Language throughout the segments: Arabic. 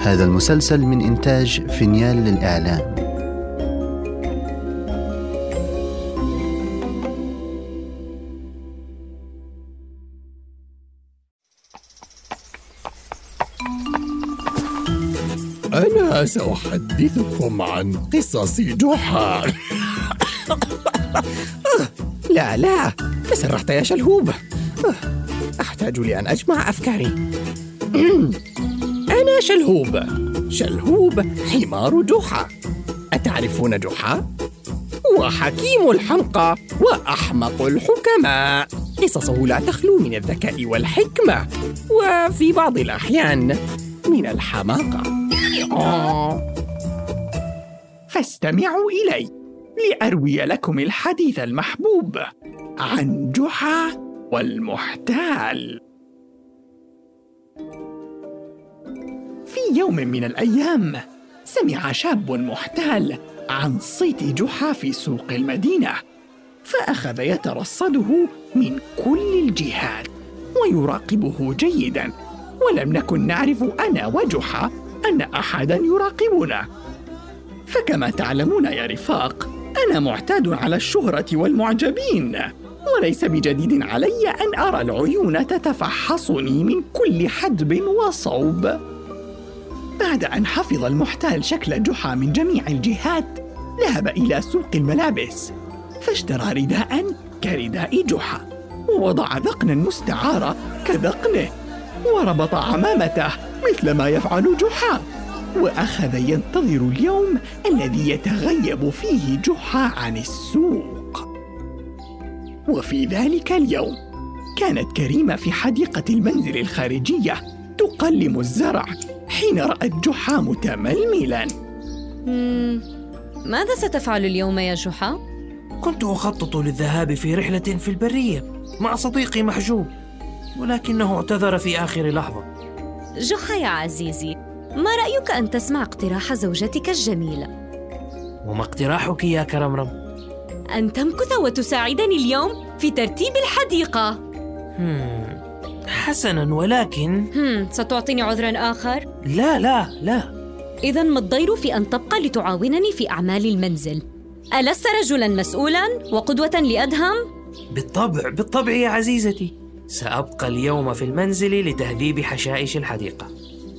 هذا المسلسل من إنتاج فينيال للإعلام. أنا سأحدثكم عن قصص جحا. لا تسرحت يا شلهوب. أحتاج لأن أجمع أفكاري. أنا شلهوب حمار جحا. أتعرفون جحا؟ هو حكيم الحمقى وأحمق الحكماء. قصصه لا تخلو من الذكاء والحكمة، وفي بعض الأحيان من الحماقة. فاستمعوا إلي لأروي لكم الحديث المحبوب عن جحا والمحتال. في يوم من الأيام سمع شاب محتال عن صيت جحا في سوق المدينة، فأخذ يترصده من كل الجهات ويراقبه جيداً، ولم نكن نعرف أنا وجحا أن أحداً يراقبنا. فكما تعلمون يا رفاق، أنا معتاد على الشهرة والمعجبين، وليس بجديد علي أن أرى العيون تتفحصني من كل حدب وصوب. بعد أن حفظ المحتال شكل جحا من جميع الجهات، ذهب إلى سوق الملابس فاشترى رداءً كرداء جحا، ووضع ذقناً مستعارة كذقنه، وربط عمامته مثل ما يفعل جحا، وأخذ ينتظر اليوم الذي يتغيب فيه جحا عن السوق. وفي ذلك اليوم كانت كريمة في حديقة المنزل الخارجية تقلم الزرع حين رأت جحا متململاً. ماذا ستفعل اليوم يا جحا؟ كنت أخطط للذهاب في رحلة في البرية مع صديقي محجوب، ولكنه اعتذر في آخر لحظة. جحا يا عزيزي، ما رأيك أن تسمع اقتراح زوجتك الجميلة؟ وما اقتراحك يا كرمرم؟ أن تمكث وتساعدني اليوم في ترتيب الحديقة. حسناً، ولكن ستعطيني عذراً آخر؟ لا. إذن ما الضير في أن تبقى لتعاونني في أعمال المنزل؟ ألست رجلاً مسؤولاً وقدوة لأدهم؟ بالطبع يا عزيزتي، سأبقى اليوم في المنزل لتهذيب حشائش الحديقة.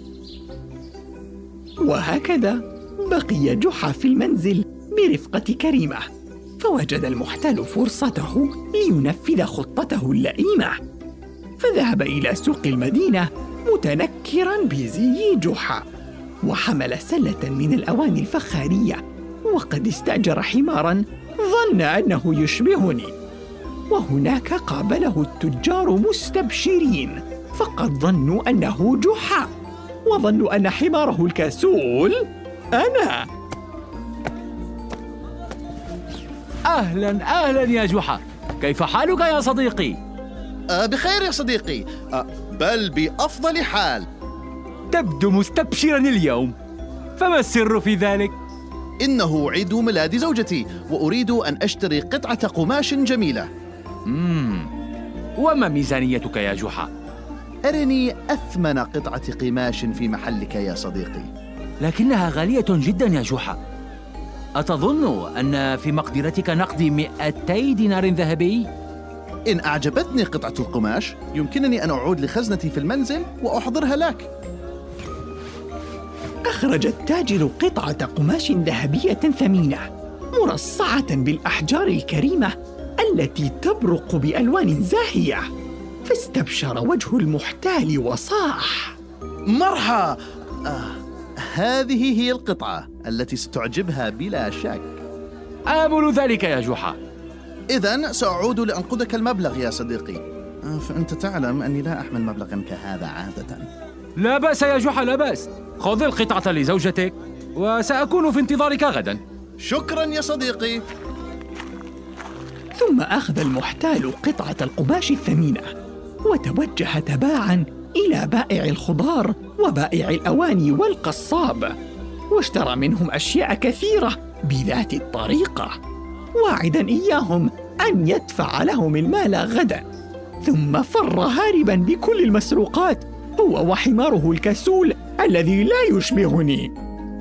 وهكذا بقي جحا في المنزل برفقة كريمة، فوجد المحتال فرصته لينفذ خطته اللئيمة، فذهب إلى سوق المدينة متنكراً بزي جحا، وحمل سلة من الأواني الفخارية، وقد استأجر حماراً ظن أنه يشبهني. وهناك قابله التجار مستبشرين، فقد ظنوا أنه جحا، وظنوا أن حماره الكسول أنا. أهلاً يا جحا، كيف حالك يا صديقي؟ بخير يا صديقي، بل بأفضل حال. تبدو مستبشراً اليوم، فما السر في ذلك؟ إنه عيد ميلاد زوجتي، وأريد أن أشتري قطعة قماش جميلة. وما ميزانيتك يا جحا؟ أرني أثمن قطعة قماش في محلك يا صديقي. لكنها غالية جداً يا جحا. أتظن أن في مقدرتك نقد 200 دينار ذهبي؟ إن أعجبتني قطعة القماش يمكنني أن أعود لخزنتي في المنزل وأحضرها لك. أخرج التاجر قطعة قماش ذهبية ثمينة مرصعة بالأحجار الكريمة التي تبرق بألوان زاهية، فاستبشر وجه المحتال وصاح: مرحبا، هذه هي القطعة التي ستعجبها بلا شك. آمل ذلك يا جحا. إذن سأعود لأنقذك المبلغ يا صديقي، فأنت تعلم أني لا أحمل مبلغا كهذا عادة. لا بأس يا جحا، لا بأس. خذ القطعة لزوجتك وسأكون في انتظارك غدا. شكرا يا صديقي. ثم أخذ المحتال قطعة القماش الثمينة وتوجه تباعا إلى بائع الخضار وبائع الأواني والقصاب، واشترى منهم أشياء كثيرة بذات الطريقة، واعدا إياهم أن يدفع لهم المال غدا. ثم فر هاربا بكل المسروقات هو وحماره الكسول الذي لا يشبهني.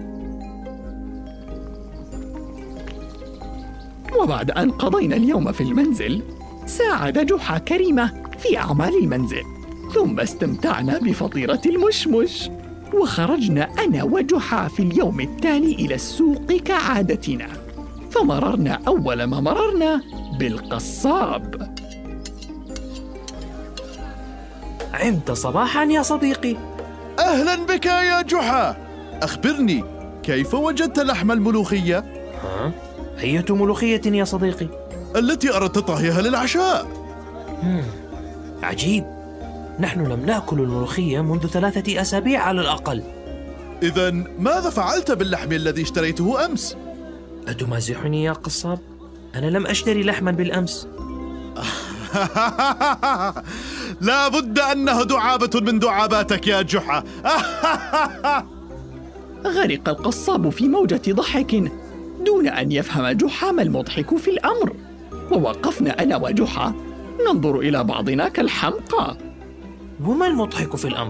وبعد أن قضينا اليوم في المنزل، ساعد جحا كريمة في أعمال المنزل، ثم استمتعنا بفطيرة المشمش، وخرجنا أنا وجحا في اليوم التالي إلى السوق كعادتنا، فمررنا أول ما مررنا بالقصاب. عمت صباحا يا صديقي. أهلا بك يا جحا. أخبرني، كيف وجدت لحم الملوخية؟ أية ملوخية يا صديقي؟ التي أردت طهيها للعشاء. عجيب، نحن لم نأكل الملوخية منذ 3 أسابيع على الأقل. إذن ماذا فعلت باللحم الذي اشتريته أمس؟ أتمازحني يا قصاب؟ أنا لم أشتري لحما بالأمس. لا بد أنها دعابة من دعاباتك يا جحا. غرق القصاب في موجة ضحك دون أن يفهم جحا ما المضحك في الأمر، ووقفنا أنا وجحا ننظر إلى بعضنا كالحمقى. وما المضحك في الأمر؟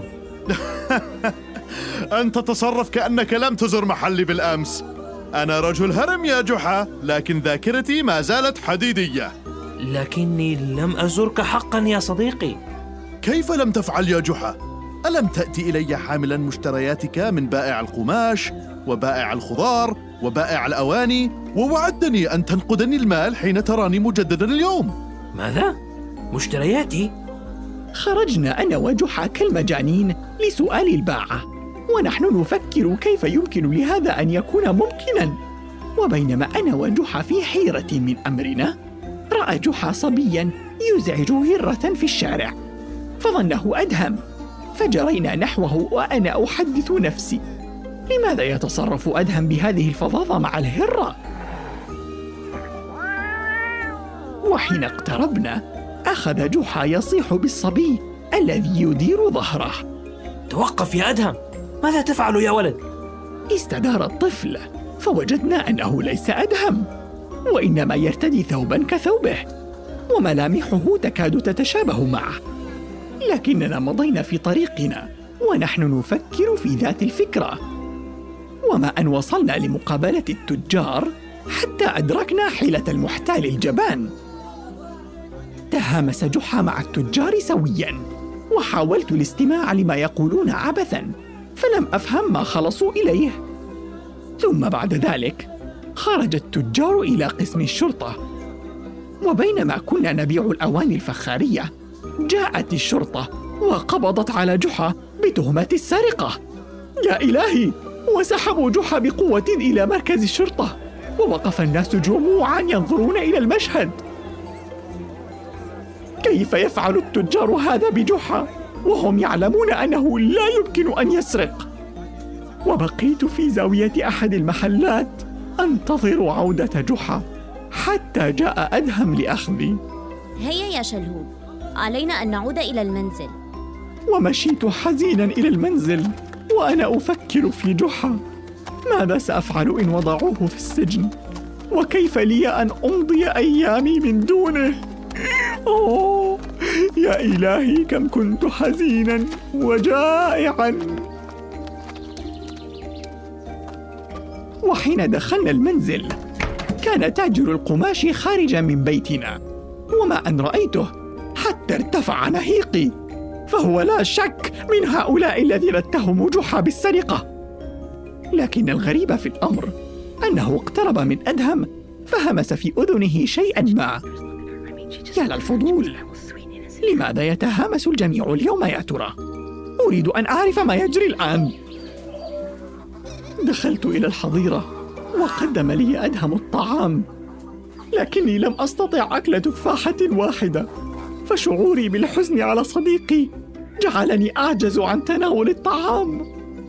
أن تتصرف كأنك لم تزر محلي بالأمس. أنا رجل هرم يا جحا، لكن ذاكرتي ما زالت حديدية. لكني لم أزرك حقا يا صديقي. كيف لم تفعل يا جحا؟ ألم تأتي إلي حاملا مشترياتك من بائع القماش وبائع الخضار وبائع الأواني، ووعدتني أن تنقذني المال حين تراني مجددا اليوم؟ ماذا؟ مشترياتي؟ خرجنا أنا وجحا كالمجانين لسؤال الباعة، ونحن نفكر كيف يمكن لهذا أن يكون ممكنا. وبينما أنا وجحا في حيرة من أمرنا، رأى جحا صبيا يزعج هرة في الشارع، فظنه أدهم، فجرينا نحوه وأنا أحدث نفسي: لماذا يتصرف أدهم بهذه الفظاظة مع الهرة؟ وحين اقتربنا، أخذ جحا يصيح بالصبي الذي يدير ظهره: توقف يا أدهم، ماذا تفعل يا ولد؟ استدار الطفل، فوجدنا أنه ليس أدهم، وإنما يرتدي ثوبا كثوبه، وملامحه تكاد تتشابه معه. لكننا مضينا في طريقنا ونحن نفكر في ذات الفكرة، وما أن وصلنا لمقابلة التجار حتى أدركنا حيلة المحتال الجبان. تهامس جحا مع التجار سويا، وحاولت الاستماع لما يقولون عبثا، فلم أفهم ما خلصوا إليه. ثم بعد ذلك خرج التجار إلى قسم الشرطة، وبينما كنا نبيع الأواني الفخارية، جاءت الشرطة وقبضت على جحا بتهمة السرقة. يا إلهي! وسحبوا جحا بقوة إلى مركز الشرطة، ووقف الناس جموعا ينظرون إلى المشهد. كيف يفعل التجار هذا بجحا وهم يعلمون أنه لا يمكن أن يسرق؟ وبقيت في زاوية أحد المحلات أنتظر عودة جحا حتى جاء أدهم لأخذي. هيا يا شلهوب، علينا أن نعود إلى المنزل. ومشيت حزينا إلى المنزل وأنا أفكر في جحا. ماذا سأفعل إن وضعوه في السجن؟ وكيف لي أن أمضي أيامي من دونه؟ أوه يا إلهي، كم كنت حزينا وجائعا. وحين دخلنا المنزل، كان تاجر القماش خارجا من بيتنا، وما أن رأيته حتى ارتفع نهيقي، فهو لا شك من هؤلاء الذين اتهموا جحا بالسرقة. لكن الغريب في الأمر أنه اقترب من أدهم فهمس في أذنه شيئا ما. يا للفضول، لماذا يتهامس الجميع اليوم يا ترى؟ أريد أن أعرف ما يجري الآن. دخلت إلى الحظيرة وقدم لي أدهم الطعام، لكني لم أستطع أكل تفاحة واحدة، فشعوري بالحزن على صديقي جعلني أعجز عن تناول الطعام.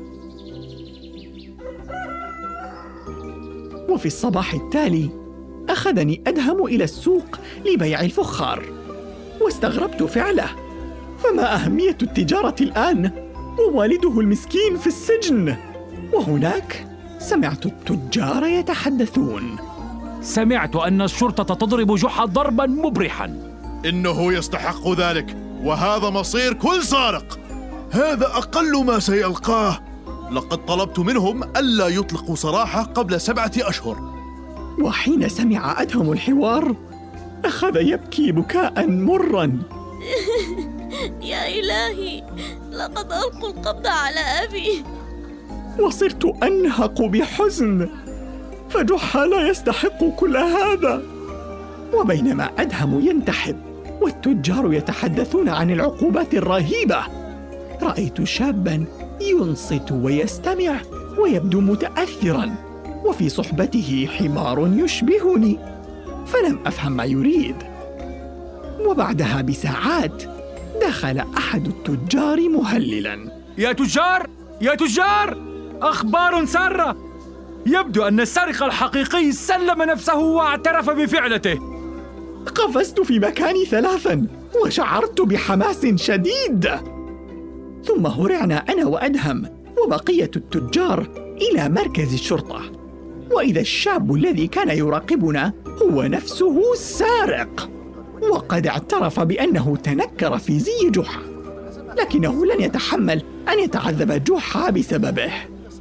وفي الصباح التالي أخذني أدهم إلى السوق لبيع الفخار، واستغربت فعله، فما أهمية التجارة الآن ووالده المسكين في السجن؟ وهناك سمعت التجار يتحدثون. سمعت أن الشرطة تضرب جحا ضربا مبرحا. إنه يستحق ذلك، وهذا مصير كل سارق. هذا أقل ما سيلقاه، لقد طلبت منهم ألا يطلقوا سراحه قبل 7 أشهر. وحين سمع أدهم الحوار أخذ يبكي بكاء مرا. يا إلهي، لقد ألقوا القبض على أبي. وصرت أنهق بحزن، فجحا لا يستحق كل هذا. وبينما أدهم ينتحب والتجار يتحدثون عن العقوبات الرهيبة، رأيت شاباً ينصت ويستمع ويبدو متأثراً، وفي صحبته حمار يشبهني، فلم أفهم ما يريد. وبعدها بساعات دخل أحد التجار مهللاً: يا تجار! يا تجار! أخبار سارة! يبدو أن السارق الحقيقي سلم نفسه واعترف بفعلته. قفزت في مكاني 3 وشعرت بحماس شديد. ثم هرعنا أنا وأدهم وبقية التجار إلى مركز الشرطة، وإذا الشاب الذي كان يراقبنا هو نفسه السارق، وقد اعترف بأنه تنكر في زي جحا، لكنه لن يتحمل أن يتعذب جحا بسببه.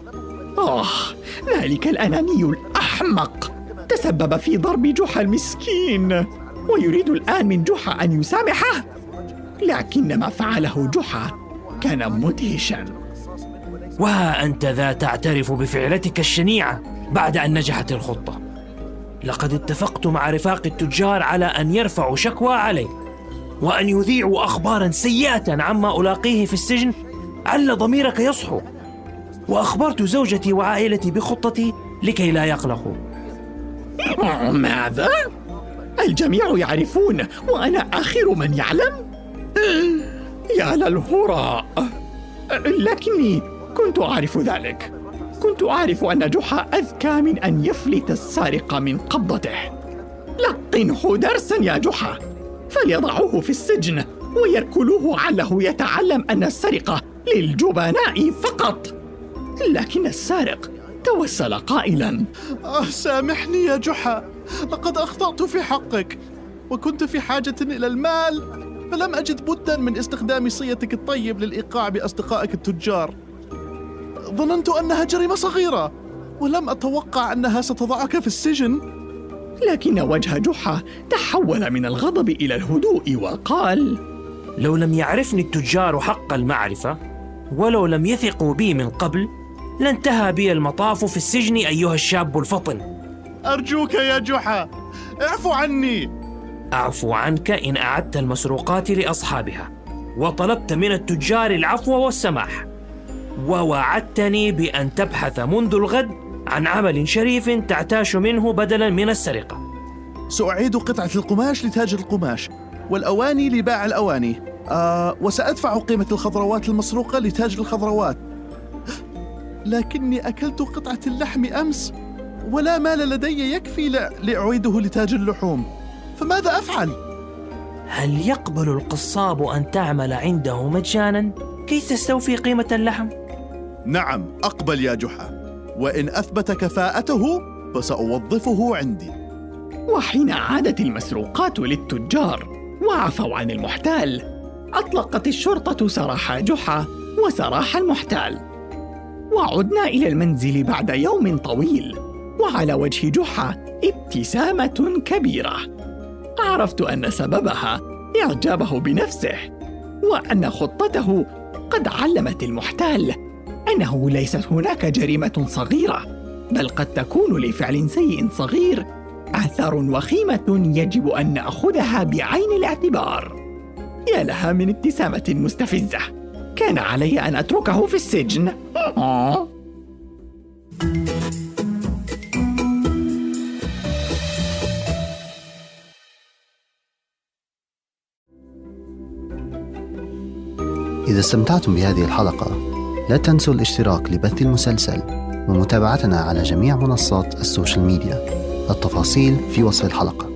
ذلك الأناني الأحمق تسبب في ضرب جحا المسكين، ويريد الآن من جحا أن يسامحه، لكن ما فعله جحا كان مدهشاً. وها أنت ذا تعترف بفعلتك الشنيعة بعد أن نجحت الخطة. لقد اتفقت مع رفاق التجار على أن يرفعوا شكوى علي وأن يذيعوا أخباراً سيئة عما ألاقيه في السجن عل ضميرك يصحو، وأخبرت زوجتي وعائلتي بخطتي لكي لا يقلقوا. ماذا؟ الجميع يعرفون وأنا آخر من يعلم؟ يا للهراء! لكني كنت أعرف ذلك. كنت أعرف أن جحا أذكى من أن يفلت السارق من قبضته. لقنه درسا يا جحا، فليضعوه في السجن ويركلوه عله يتعلم أن السرقة للجبناء فقط. لكن السارق توسل قائلا: سامحني يا جحا، لقد أخطأت في حقك، وكنت في حاجة إلى المال، فلم أجد بدا من استخدام صيتك الطيب للإيقاع بأصدقائك التجار. ظننت أنها جريمة صغيرة، ولم أتوقع أنها ستضعك في السجن. لكن وجه جحا تحول من الغضب إلى الهدوء وقال: لو لم يعرفني التجار حق المعرفة، ولو لم يثقوا بي من قبل، لانتهى بي المطاف في السجن أيها الشاب الفطن. أرجوك يا جحا، اعفو عني. أعفو عنك إن أعدت المسروقات لأصحابها، وطلبت من التجار العفو والسماح، ووعدتني بأن تبحث منذ الغد عن عمل شريف تعتاش منه بدلاً من السرقة. سأعيد قطعة القماش لتاجر القماش، والأواني لبائع الأواني، وسأدفع قيمة الخضروات المسروقة لتاجر الخضروات. لكني أكلت قطعة اللحم أمس، ولا مال لدي يكفي لأعيده لتاجر اللحوم، فماذا أفعل؟ هل يقبل القصاب أن تعمل عنده مجاناً كي تستوفي قيمة اللحم؟ نعم، أقبل يا جحا، وإن أثبت كفاءته فسأوظفه عندي. وحين عادت المسروقات للتجار وعفوا عن المحتال، أطلقت الشرطة سراح جحا وسراح المحتال، وعدنا إلى المنزل بعد يوم طويل، وعلى وجه جحا ابتسامة كبيرة. عرفت أن سببها إعجابه بنفسه، وأن خطته قد علمت المحتال أنه ليست هناك جريمة صغيرة، بل قد تكون لفعل سيء صغير آثار وخيمة يجب أن نأخذها بعين الاعتبار. يا لها من ابتسامة مستفزة! كان علي أن أتركه في السجن. إذا استمتعتم بهذه الحلقة لا تنسوا الاشتراك لبث المسلسل ومتابعتنا على جميع منصات السوشيال ميديا. التفاصيل في وصف الحلقة.